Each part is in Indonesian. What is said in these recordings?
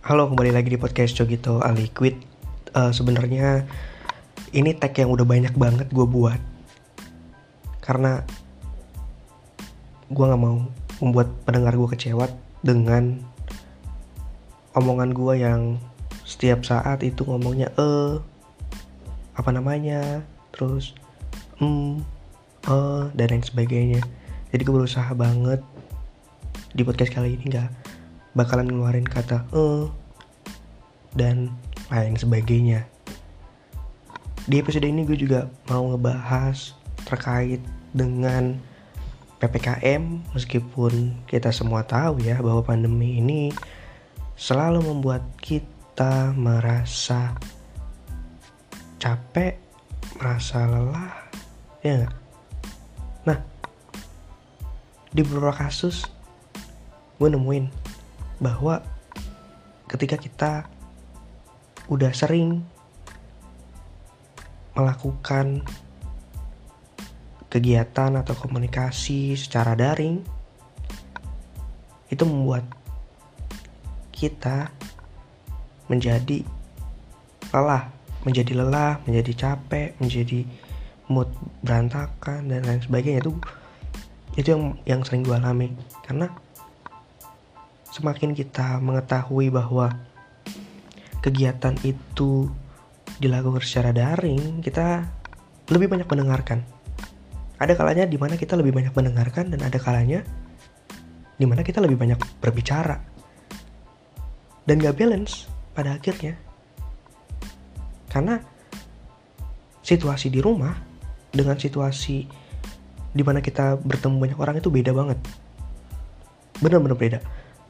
Halo, kembali lagi di podcast Cogito Aliquid. Sebenarnya ini tag yang udah banyak banget gue buat karena gue nggak mau membuat pendengar gue kecewa dengan omongan gue yang setiap saat itu ngomongnya apa namanya, terus dan lain sebagainya. Jadi gue berusaha banget di podcast kali ini nggak bakalan ngeluarin kata dan lain sebagainya. Di episode ini gue juga mau ngebahas terkait dengan PPKM. Meskipun kita semua tahu ya bahwa pandemi ini selalu membuat kita merasa capek, merasa lelah, ya gak? Nah, di beberapa kasus gue nemuin bahwa ketika kita udah sering melakukan kegiatan atau komunikasi secara daring, itu membuat kita menjadi lelah, menjadi capek, menjadi mood berantakan dan lain sebagainya. Itu yang sering gue alami. Karena semakin kita mengetahui bahwa kegiatan itu dilakukan secara daring, kita lebih banyak mendengarkan. Ada kalanya di mana kita lebih banyak mendengarkan dan ada kalanya di mana kita lebih banyak berbicara. Dan gak balance pada akhirnya. Karena situasi di rumah dengan situasi di mana kita bertemu banyak orang itu beda banget. Benar-benar beda.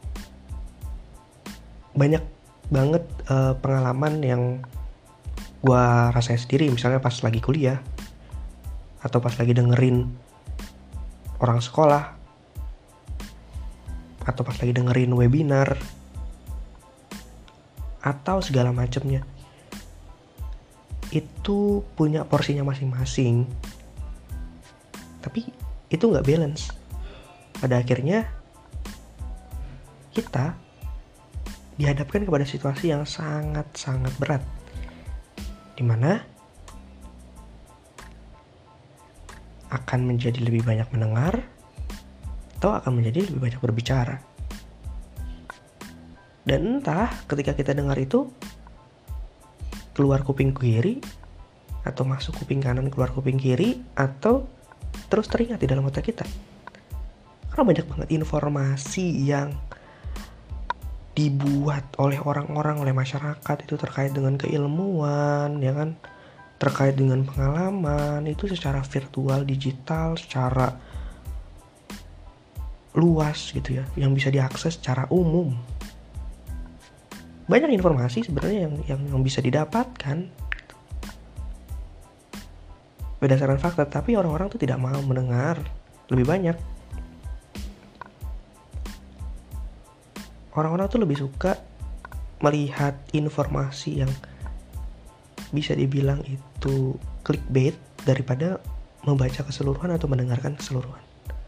Banyak banget pengalaman yang gue rasain sendiri, misalnya pas lagi kuliah atau pas lagi dengerin orang sekolah atau pas lagi dengerin webinar atau segala macamnya. Itu punya porsinya masing-masing, tapi itu gak balance. Pada akhirnya kita dihadapkan kepada situasi yang sangat-sangat berat, dimana akan menjadi lebih banyak mendengar atau akan menjadi lebih banyak berbicara. Dan entah ketika kita dengar itu keluar kuping kiri atau masuk kuping kanan, keluar kuping kiri, atau terus teringat di dalam otak kita. Karena banyak banget informasi yang dibuat oleh orang-orang, oleh masyarakat itu terkait dengan keilmuan, ya kan, terkait dengan pengalaman itu secara virtual, digital, secara luas gitu ya, yang bisa diakses secara umum. Banyak informasi sebenarnya yang bisa didapatkan berdasarkan fakta, tapi orang-orang tuh tidak mau mendengar lebih banyak. Orang-orang tuh lebih suka melihat informasi yang bisa dibilang itu clickbait daripada membaca keseluruhan atau mendengarkan keseluruhan.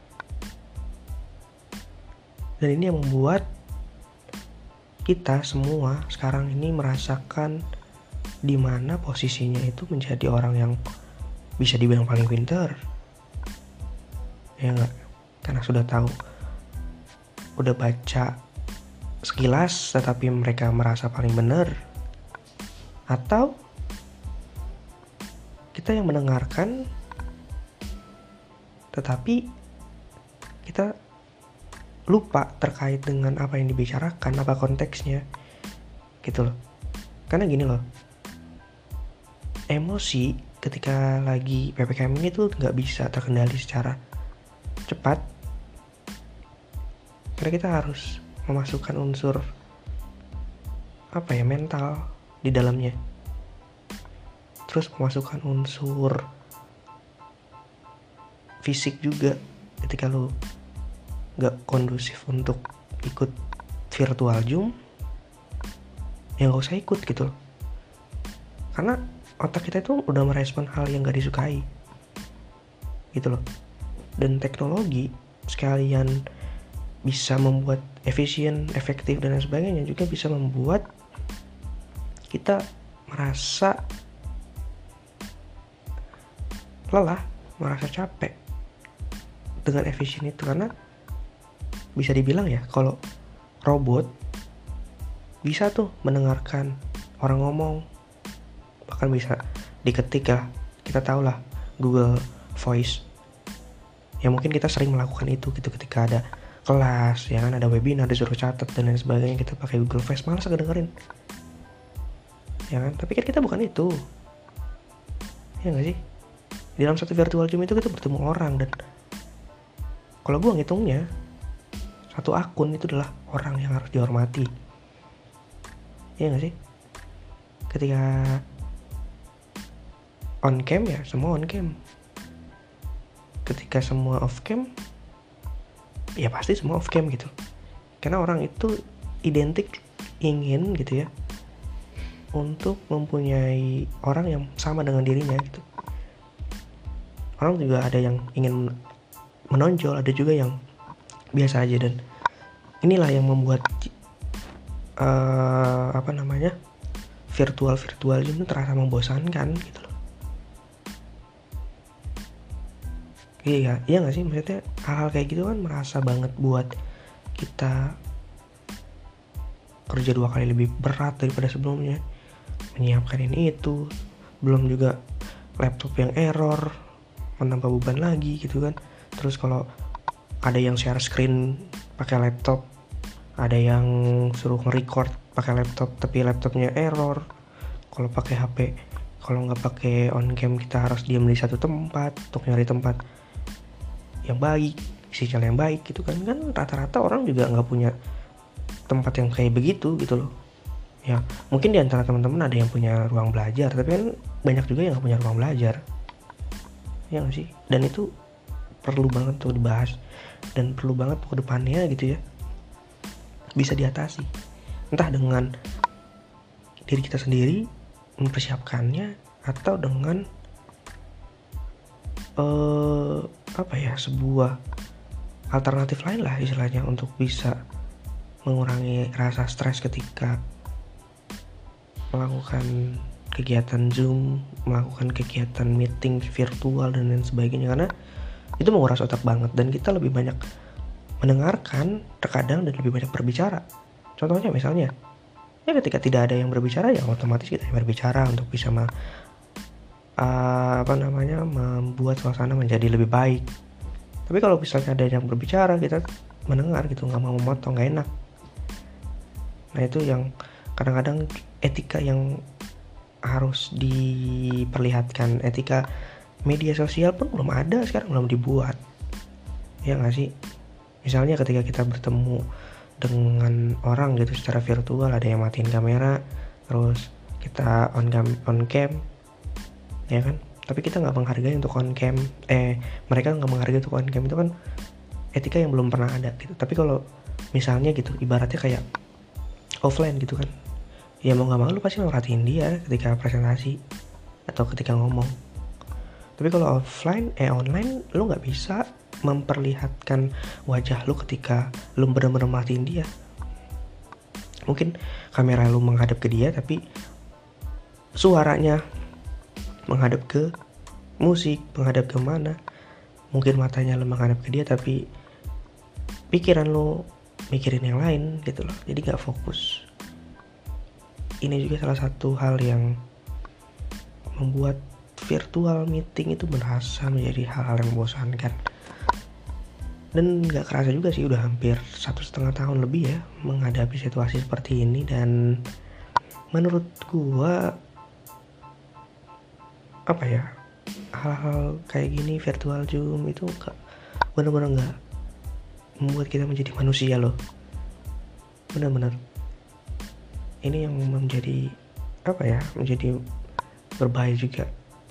Dan ini yang membuat kita semua sekarang ini merasakan di mana posisinya itu menjadi orang yang bisa dibilang paling pintar. Ya enggak? Karena sudah tahu, udah baca sekilas tetapi mereka merasa paling benar. Atau kita yang mendengarkan tetapi kita lupa terkait dengan apa yang dibicarakan, apa konteksnya gitu loh. Karena gini loh, emosi ketika lagi PPKM ini tuh gak bisa terkendali secara cepat, karena kita harus memasukkan unsur mental di dalamnya, terus memasukkan unsur fisik juga. Ketika lo gak kondusif untuk ikut virtual Zoom, ya gak usah ikut gitu loh. Karena otak kita itu udah merespon hal yang gak disukai gitu loh. Dan teknologi sekalian bisa membuat efisien, efektif dan lain sebagainya, juga bisa membuat kita merasa lelah, merasa capek dengan efisien itu. Karena bisa dibilang ya, kalau robot bisa tuh mendengarkan orang ngomong, bahkan bisa diketik lah, kita tahu lah Google Voice. Ya mungkin kita sering melakukan itu gitu ketika ada kelas, ya kan, ada webinar disuruh catat dan lain sebagainya, kita pakai Google Voice, malas kedengerin, ya kan. Tapi kan kita bukan itu, ya nggak sih? Di dalam satu virtual Zoom itu kita bertemu orang, dan kalau gue ngitungnya, satu akun itu adalah orang yang harus dihormati, ya nggak sih? Ketika on cam ya semua on cam, ketika semua off cam ya pasti semua off cam gitu. Karena orang itu identik ingin gitu ya untuk mempunyai orang yang sama dengan dirinya gitu. Orang juga ada yang ingin menonjol, ada juga yang biasa aja, dan inilah yang membuat virtual Zoom terasa membosankan gitu loh. Iya nggak sih, maksudnya hal-hal kayak gitu kan merasa banget buat kita kerja 2 kali lebih berat daripada sebelumnya, menyiapkan ini itu, belum juga laptop yang error, menambah beban lagi gitu kan. Terus kalau ada yang share screen pakai laptop, ada yang suruh nge-record pakai laptop tapi laptopnya error. Kalau pakai HP, kalau nggak pakai on cam, kita harus diam di satu tempat untuk nyari tempat yang baik, sinyal yang baik gitu kan. Kan rata-rata orang juga nggak punya tempat yang kayak begitu gitu loh. Ya mungkin di antara teman-teman ada yang punya ruang belajar, tapi kan banyak juga yang nggak punya ruang belajar, ya nggak sih? Dan itu perlu banget tuh dibahas, dan perlu banget ke depannya gitu ya bisa diatasi, entah dengan diri kita sendiri mempersiapkannya, atau dengan sebuah alternatif lain lah istilahnya, untuk bisa mengurangi rasa stres ketika melakukan kegiatan Zoom, melakukan kegiatan meeting virtual dan lain sebagainya. Karena itu menguras otak banget, dan kita lebih banyak mendengarkan terkadang dan lebih banyak berbicara. Contohnya misalnya, ya ketika tidak ada yang berbicara, ya otomatis kita yang berbicara untuk bisa membuat suasana menjadi lebih baik. Tapi kalau misalnya ada yang berbicara, kita mendengar gitu, nggak mau memotong, nggak enak. Nah itu yang kadang-kadang etika yang harus diperlihatkan. Etika media sosial pun belum ada sekarang, belum dibuat, ya nggak sih? Misalnya ketika kita bertemu dengan orang gitu secara virtual, ada yang matiin kamera, terus kita on cam, ya kan? Tapi kita nggak menghargai untuk on cam, mereka nggak menghargai untuk on cam, itu kan etika yang belum pernah ada gitu. Tapi kalau misalnya gitu, ibaratnya kayak offline gitu kan, ya mau nggak mau lu pasti merhatiin dia ketika presentasi atau ketika ngomong. Tapi kalau online lu nggak bisa memperlihatkan wajah lu ketika lu benar-benar merhatiin dia. Mungkin kamera lu menghadap ke dia, tapi suaranya menghadap ke musik, menghadap ke mana. Mungkin matanya lu menghadap ke dia, tapi pikiran lu mikirin yang lain gitu loh, jadi gak fokus. Ini juga salah satu hal yang membuat virtual meeting itu berasa menjadi hal-hal yang membosankan. Dan gak kerasa juga sih, udah hampir 1,5 tahun lebih ya menghadapi situasi seperti ini. Dan menurut gua hal-hal kayak gini, virtual Zoom itu benar-benar gak membuat kita menjadi manusia loh. Benar-benar ini yang menjadi menjadi berbahaya juga.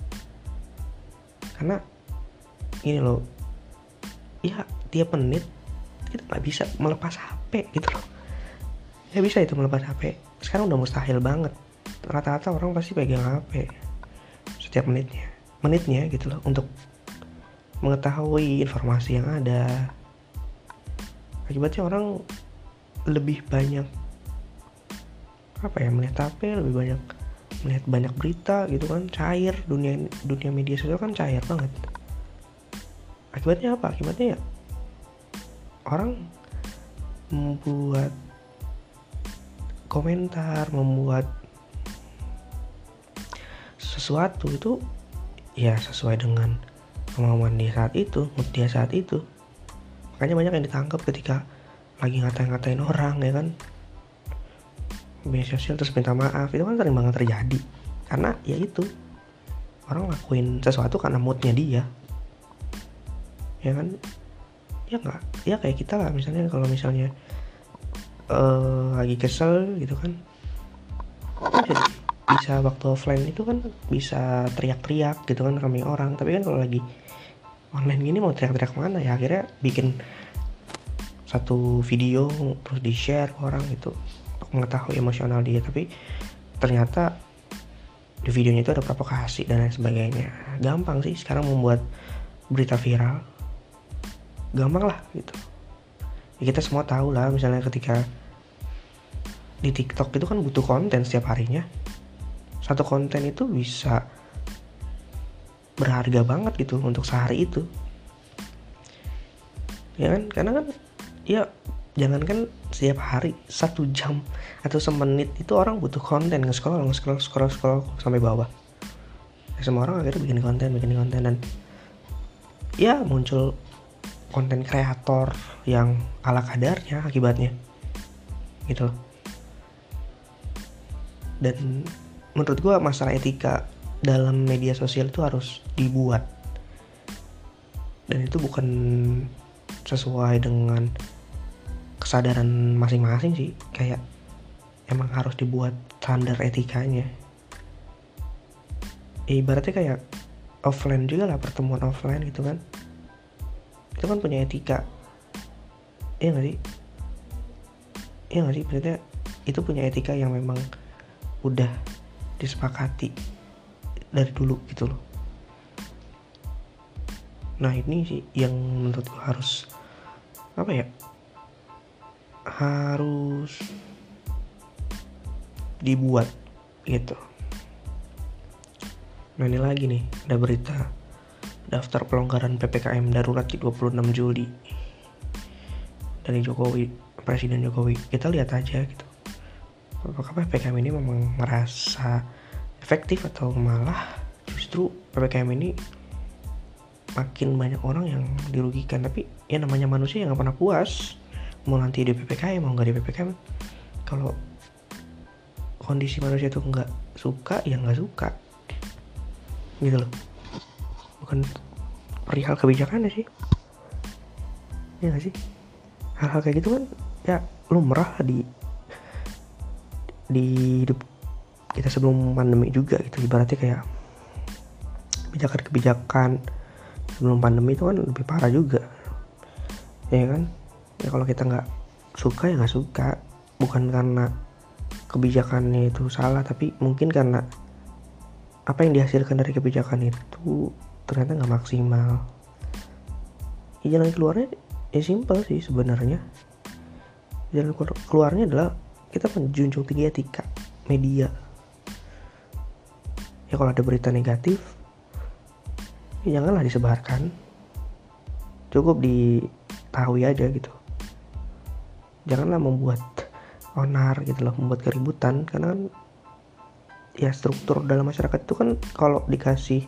Karena ini loh, ya tiap menit kita nggak bisa melepas HP gitu loh. Nggak bisa itu melepas HP. Sekarang udah mustahil banget. Rata-rata orang pasti pegang HP setiap menitnya gitu loh, untuk mengetahui informasi yang ada. Akibatnya orang lebih banyak melihat HP, lebih banyak melihat banyak berita gitu kan, cair. Dunia media sosial kan cair banget. Akibatnya apa? Akibatnya ya orang membuat komentar, membuat sesuatu itu ya sesuai dengan kemauan dia saat itu, mood dia saat itu. Makanya banyak yang ditangkap ketika lagi ngatain orang ya kan, media sosial terus minta maaf. Itu kan sering banget terjadi karena ya itu, orang lakuin sesuatu karena moodnya dia ya kan. Ya nggak, ya kayak kita lah misalnya, kalau misalnya lagi kesel gitu kan, jadi bisa waktu offline itu kan bisa teriak-teriak gitu kan kami orang. Tapi kan kalau lagi online gini mau teriak-teriak mana ya, akhirnya bikin satu video terus di share ke orang gitu untuk mengetahui emosional dia, tapi ternyata di videonya itu ada provokasi dan lain sebagainya. Gampang sih sekarang membuat berita viral, gampang lah gitu ya. Kita semua tahu lah, misalnya ketika di TikTok itu kan butuh konten setiap harinya. Satu konten itu bisa berharga banget gitu untuk sehari itu ya kan. Karena kan ya jangankan setiap hari, 1 jam atau semenit itu orang butuh konten, nge-scroll sampai bawah ya. Semua orang akhirnya bikin konten dan ya muncul konten kreator yang ala kadarnya akibatnya gitu. Dan menurut gue masalah etika dalam media sosial itu harus dibuat, dan itu bukan sesuai dengan kesadaran masing-masing sih, kayak emang harus dibuat standar etikanya. Ibaratnya kayak offline juga lah, pertemuan offline gitu kan, itu kan punya etika, iya nggak sih maksudnya itu punya etika yang memang udah disepakati dari dulu gitu loh. Nah ini sih yang menurut gue harus harus dibuat gitu. Nah ini lagi nih, ada berita daftar pelonggaran PPKM darurat di 26 Juli dari Presiden Jokowi. Kita lihat aja gitu, apakah PPKM ini memang merasa efektif atau malah justru PPKM ini makin banyak orang yang dirugikan. Tapi ya namanya manusia yang gak pernah puas, mau nanti di PPKM mau gak di PPKM, kalau kondisi manusia itu gak suka ya gak suka gitu loh. Bukan perihal kebijakannya sih, ya gak sih. Hal-hal kayak gitu kan ya lumrah di hidup kita sebelum pandemi juga gitu. Ibaratnya kayak kebijakan sebelum pandemi itu kan lebih parah juga ya kan. Ya kalau kita nggak suka ya nggak suka, bukan karena kebijakannya itu salah, tapi mungkin karena apa yang dihasilkan dari kebijakan itu ternyata nggak maksimal. Ya, jalan keluarnya ya simpel sih sebenarnya. Jalan keluarnya adalah kita menjunjung tinggi etika media. Ya kalau ada berita negatif ya janganlah disebarkan, cukup diketahui aja gitu. Janganlah membuat onar gitu loh, membuat keributan. Karena kan ya struktur dalam masyarakat itu kan kalau dikasih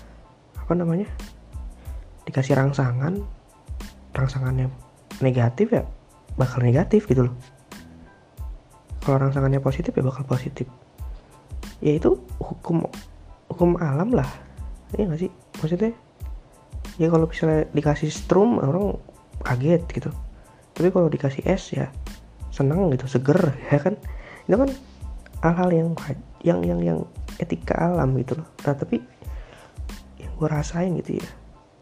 dikasih rangsangannya negatif ya bakal negatif gitu loh. Kalau rangsangannya positif ya bakal positif. Ya itu hukum alam lah, ya nggak sih maksudnya. Ya kalau misalnya dikasih strum orang kaget gitu, tapi kalau dikasih es ya senang gitu, seger ya kan. Itu kan hal-hal yang etika alam gitu loh. Nah tapi yang gue rasain gitu ya,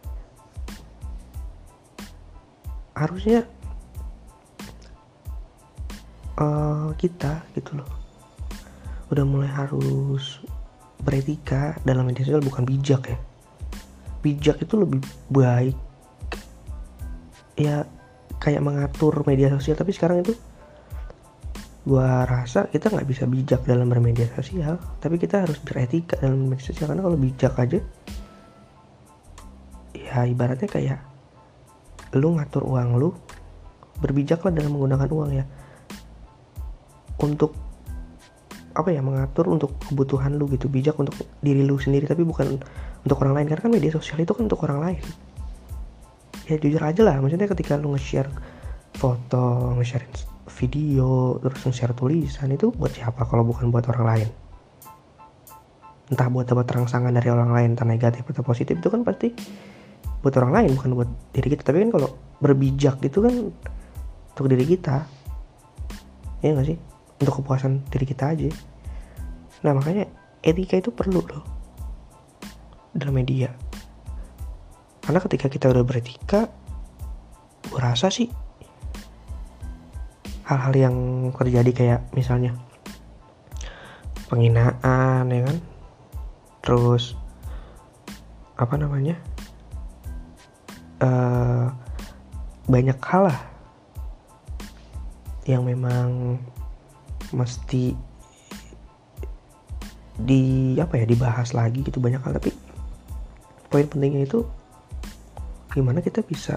harusnya kita gitu loh udah mulai harus beretika dalam media sosial, bukan bijak ya. Bijak itu lebih baik ya kayak mengatur media sosial, tapi sekarang itu gua rasa kita nggak bisa bijak dalam bermedia sosial, tapi kita harus beretika dalam media sosial. Karena kalau bijak aja, ya ibaratnya kayak lu ngatur uang lu, berbijaklah dalam menggunakan uang ya, untuk apa ya, mengatur untuk kebutuhan lu gitu, bijak untuk diri lu sendiri tapi bukan untuk orang lain. Karena kan media sosial itu kan untuk orang lain. Ya jujur aja lah, maksudnya ketika lu nge-share foto, nge-share video, terus nge-share tulisan, itu buat siapa kalau bukan buat orang lain? Entah buat dapat rangsangan dari orang lain, entah negatif atau positif, itu kan pasti buat orang lain, bukan buat diri kita. Tapi kan kalau berbijak itu kan untuk diri kita, ya nggak sih, untuk kepuasan diri kita aja. Nah makanya etika itu perlu loh dalam media. Karena ketika kita udah beretika, gue rasa sih hal-hal yang terjadi kayak misalnya penghinaan ya kan, terus apa namanya, banyak hal lah yang memang mesti dibahas lagi gitu, banyak hal. Tapi poin pentingnya itu gimana kita bisa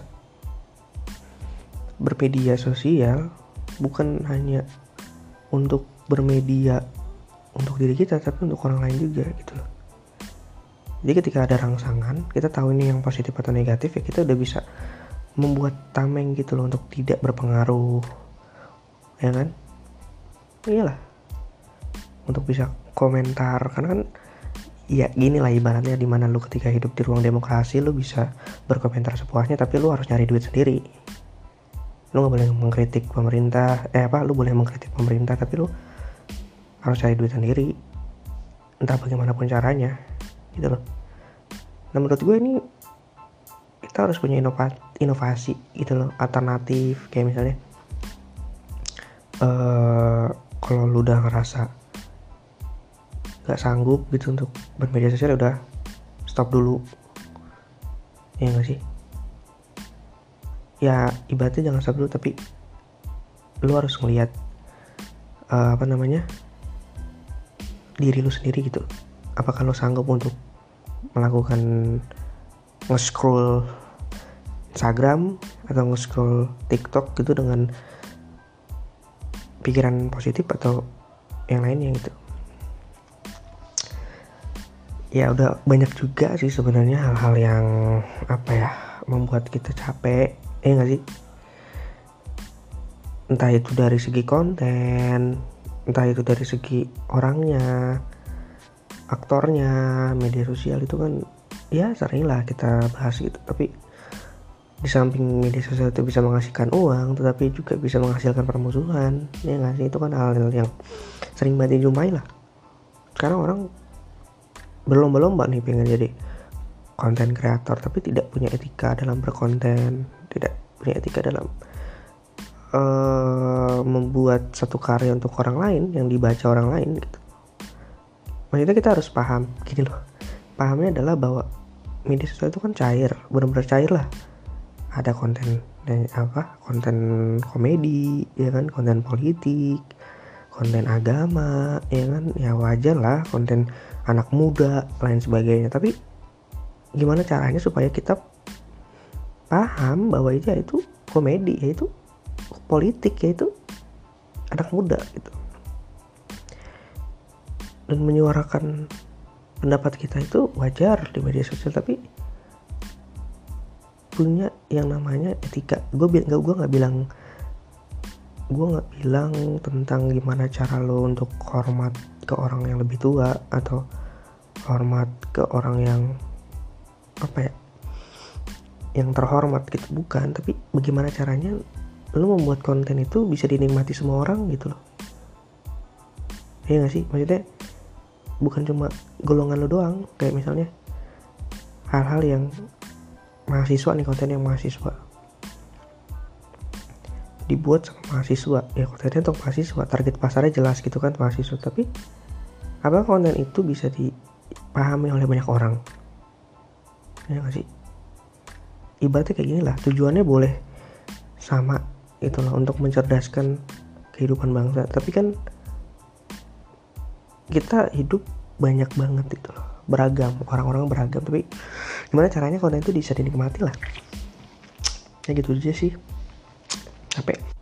bermedia sosial bukan hanya untuk bermedia untuk diri kita, tapi untuk orang lain juga gitu loh. Jadi ketika ada rangsangan, kita tahu ini yang positif atau negatif, ya kita udah bisa membuat tameng gitu loh untuk tidak berpengaruh, ya kan? Iyalah, untuk bisa komentar. Karena kan ya gini lah ibaratnya, dimana lu ketika hidup di ruang demokrasi, lu bisa berkomentar sepuasnya, tapi lu harus nyari duit sendiri. Lu gak boleh mengkritik pemerintah, lu boleh mengkritik pemerintah, tapi lu harus cari duit sendiri, entah bagaimanapun caranya gitu loh. Nah menurut gue ini kita harus punya inovasi gitu loh, alternatif. Kayak misalnya kalau lu udah ngerasa gak sanggup gitu untuk bermedia sosial, udah stop dulu, ya gak sih? Ya ibaratnya jangan stop dulu, tapi lu harus ngelihat diri lu sendiri gitu. Apakah lu sanggup untuk melakukan nge-scroll Instagram atau nge-scroll TikTok gitu dengan pikiran positif atau yang lainnya gitu. Ya udah banyak juga sih sebenarnya hal-hal yang membuat kita capek, nggak sih? Entah itu dari segi konten, entah itu dari segi orangnya, aktornya. Media sosial itu kan ya sering lah kita bahas gitu. Tapi di samping media sosial itu bisa menghasilkan uang, tetapi juga bisa menghasilkan permusuhan, ya nggak sih? Itu kan hal-hal yang sering banget dijumpai lah. Sekarang orang berlomba-lomba nih pengen jadi konten kreator, tapi tidak punya etika dalam berkonten, tidak punya etika dalam membuat satu karya untuk orang lain yang dibaca orang lain gitu. Maksudnya kita harus paham gini loh, pahamnya adalah bahwa media sosial itu kan cair, benar-benar cair lah. Ada konten konten komedi, ya kan, konten politik, konten agama, ya kan, ya wajar lah, konten anak muda, lain sebagainya. Tapi gimana caranya supaya kita paham bahwa itu komedi, yaitu politik, yaitu anak muda gitu, dan menyuarakan pendapat kita itu wajar di media sosial, tapi punya yang namanya etika. Gue nggak bilang tentang gimana cara lo untuk hormat ke orang yang lebih tua atau hormat ke orang yang yang terhormat gitu, bukan. Tapi bagaimana caranya lo membuat konten itu bisa dinikmati semua orang gitu loh, ya nggak sih? Maksudnya bukan cuma golongan lo doang. Kayak misalnya hal-hal yang mahasiswa nih, konten yang mahasiswa dibuat sama mahasiswa, ya kontennya untuk mahasiswa, target pasarnya jelas gitu kan, mahasiswa. Tapi apa konten itu bisa dipahami oleh banyak orang, ya nggak sih? Ibaratnya kayak gini lah, tujuannya boleh sama itu loh, untuk mencerdaskan kehidupan bangsa. Tapi kan kita hidup banyak banget itu loh, beragam, orang-orang beragam, tapi gimana caranya konten itu bisa dinikmati lah. Ya gitu aja sih, capek.